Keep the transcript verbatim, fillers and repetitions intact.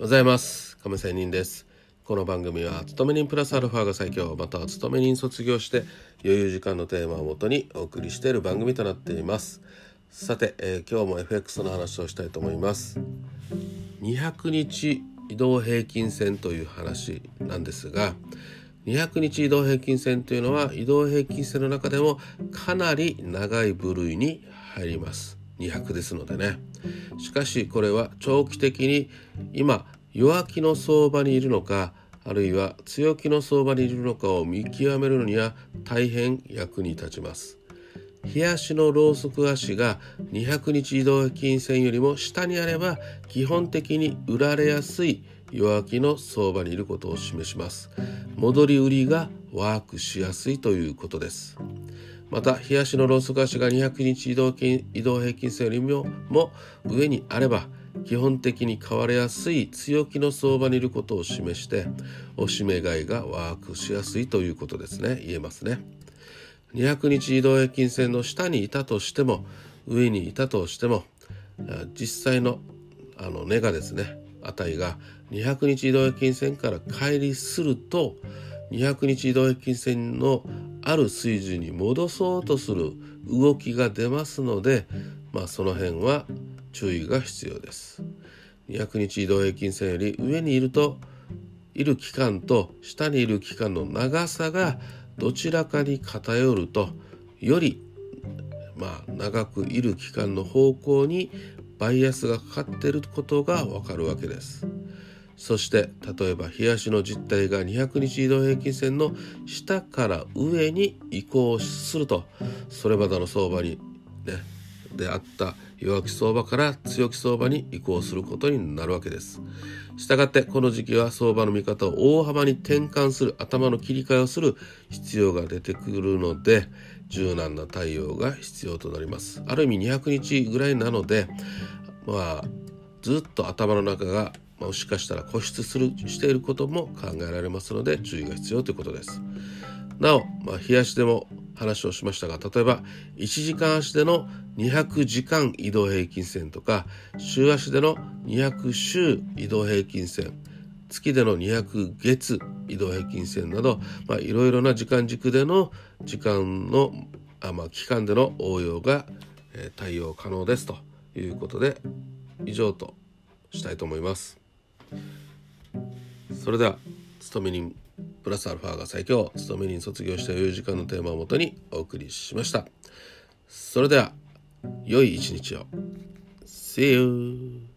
ございます。亀仙人です。この番組は勤め人プラスアルファが最強、または勤め人卒業して余裕時間のテーマをもとにお送りしている番組となっています。さて、えー、今日も エフエックス の話をしたいと思います。にひゃくにち移動平均線という話なんですが、にひゃくにち移動平均線というのは移動平均線の中でもかなり長い部類に入ります。にひゃくですのでね。しかしこれは長期的に今弱気の相場にいるのか、あるいは強気の相場にいるのかを見極めるのには大変役に立ちます。日足のローソク足がにひゃくにち移動平均線よりも下にあれば基本的に売られやすい弱気の相場にいることを示します。戻り売りがワークしやすいということです。また日足のローソク足がにひゃくにち移動平均線よりも上にあれば基本的に買われやすい強気の相場にいることを示して、おしめ買いがワークしやすいということですね。言えますね。にひゃくにち移動平均線の下にいたとしても上にいたとしても、実際のあの値がですね、値がにひゃくにち移動平均線から乖離するとにひゃくにち移動平均線のある水準に戻そうとする動きが出ますので、まあその辺は注意が必要です。にひゃくにち移動平均線より上にいるといる期間と下にいる期間の長さがどちらかに偏ると、よりまあ長くいる期間の方向にバイアスがかかっていることがわかるわけです。そして例えば日足の実態がにひゃくにち移動平均線の下から上に移行すると、それまでの相場にねであった弱気相場から強気相場に移行することになるわけです。したがってこの時期は相場の見方を大幅に転換する、頭の切り替えをする必要が出てくるので、柔軟な対応が必要となります。ある意味にひゃくにちぐらいなので、まあずっと頭の中がもしかしたら固執するしていることも考えられますので、注意が必要ということです。なお、まあ、日足でも話をしましたが、例えばいちじかん足でのにひゃくじかん移動平均線とか、週足でのにひゃくしゅう移動平均線、月でのにひゃくげつ移動平均線など、まあ、いろいろな時間軸での時間のあ、まあ、期間での応用が、えー、対応可能ですということで、以上としたいと思います。それでは勤め人プラスアルファが最強、勤め人卒業した余裕時間のテーマをもとにお送りしました。それでは良い一日を。See you!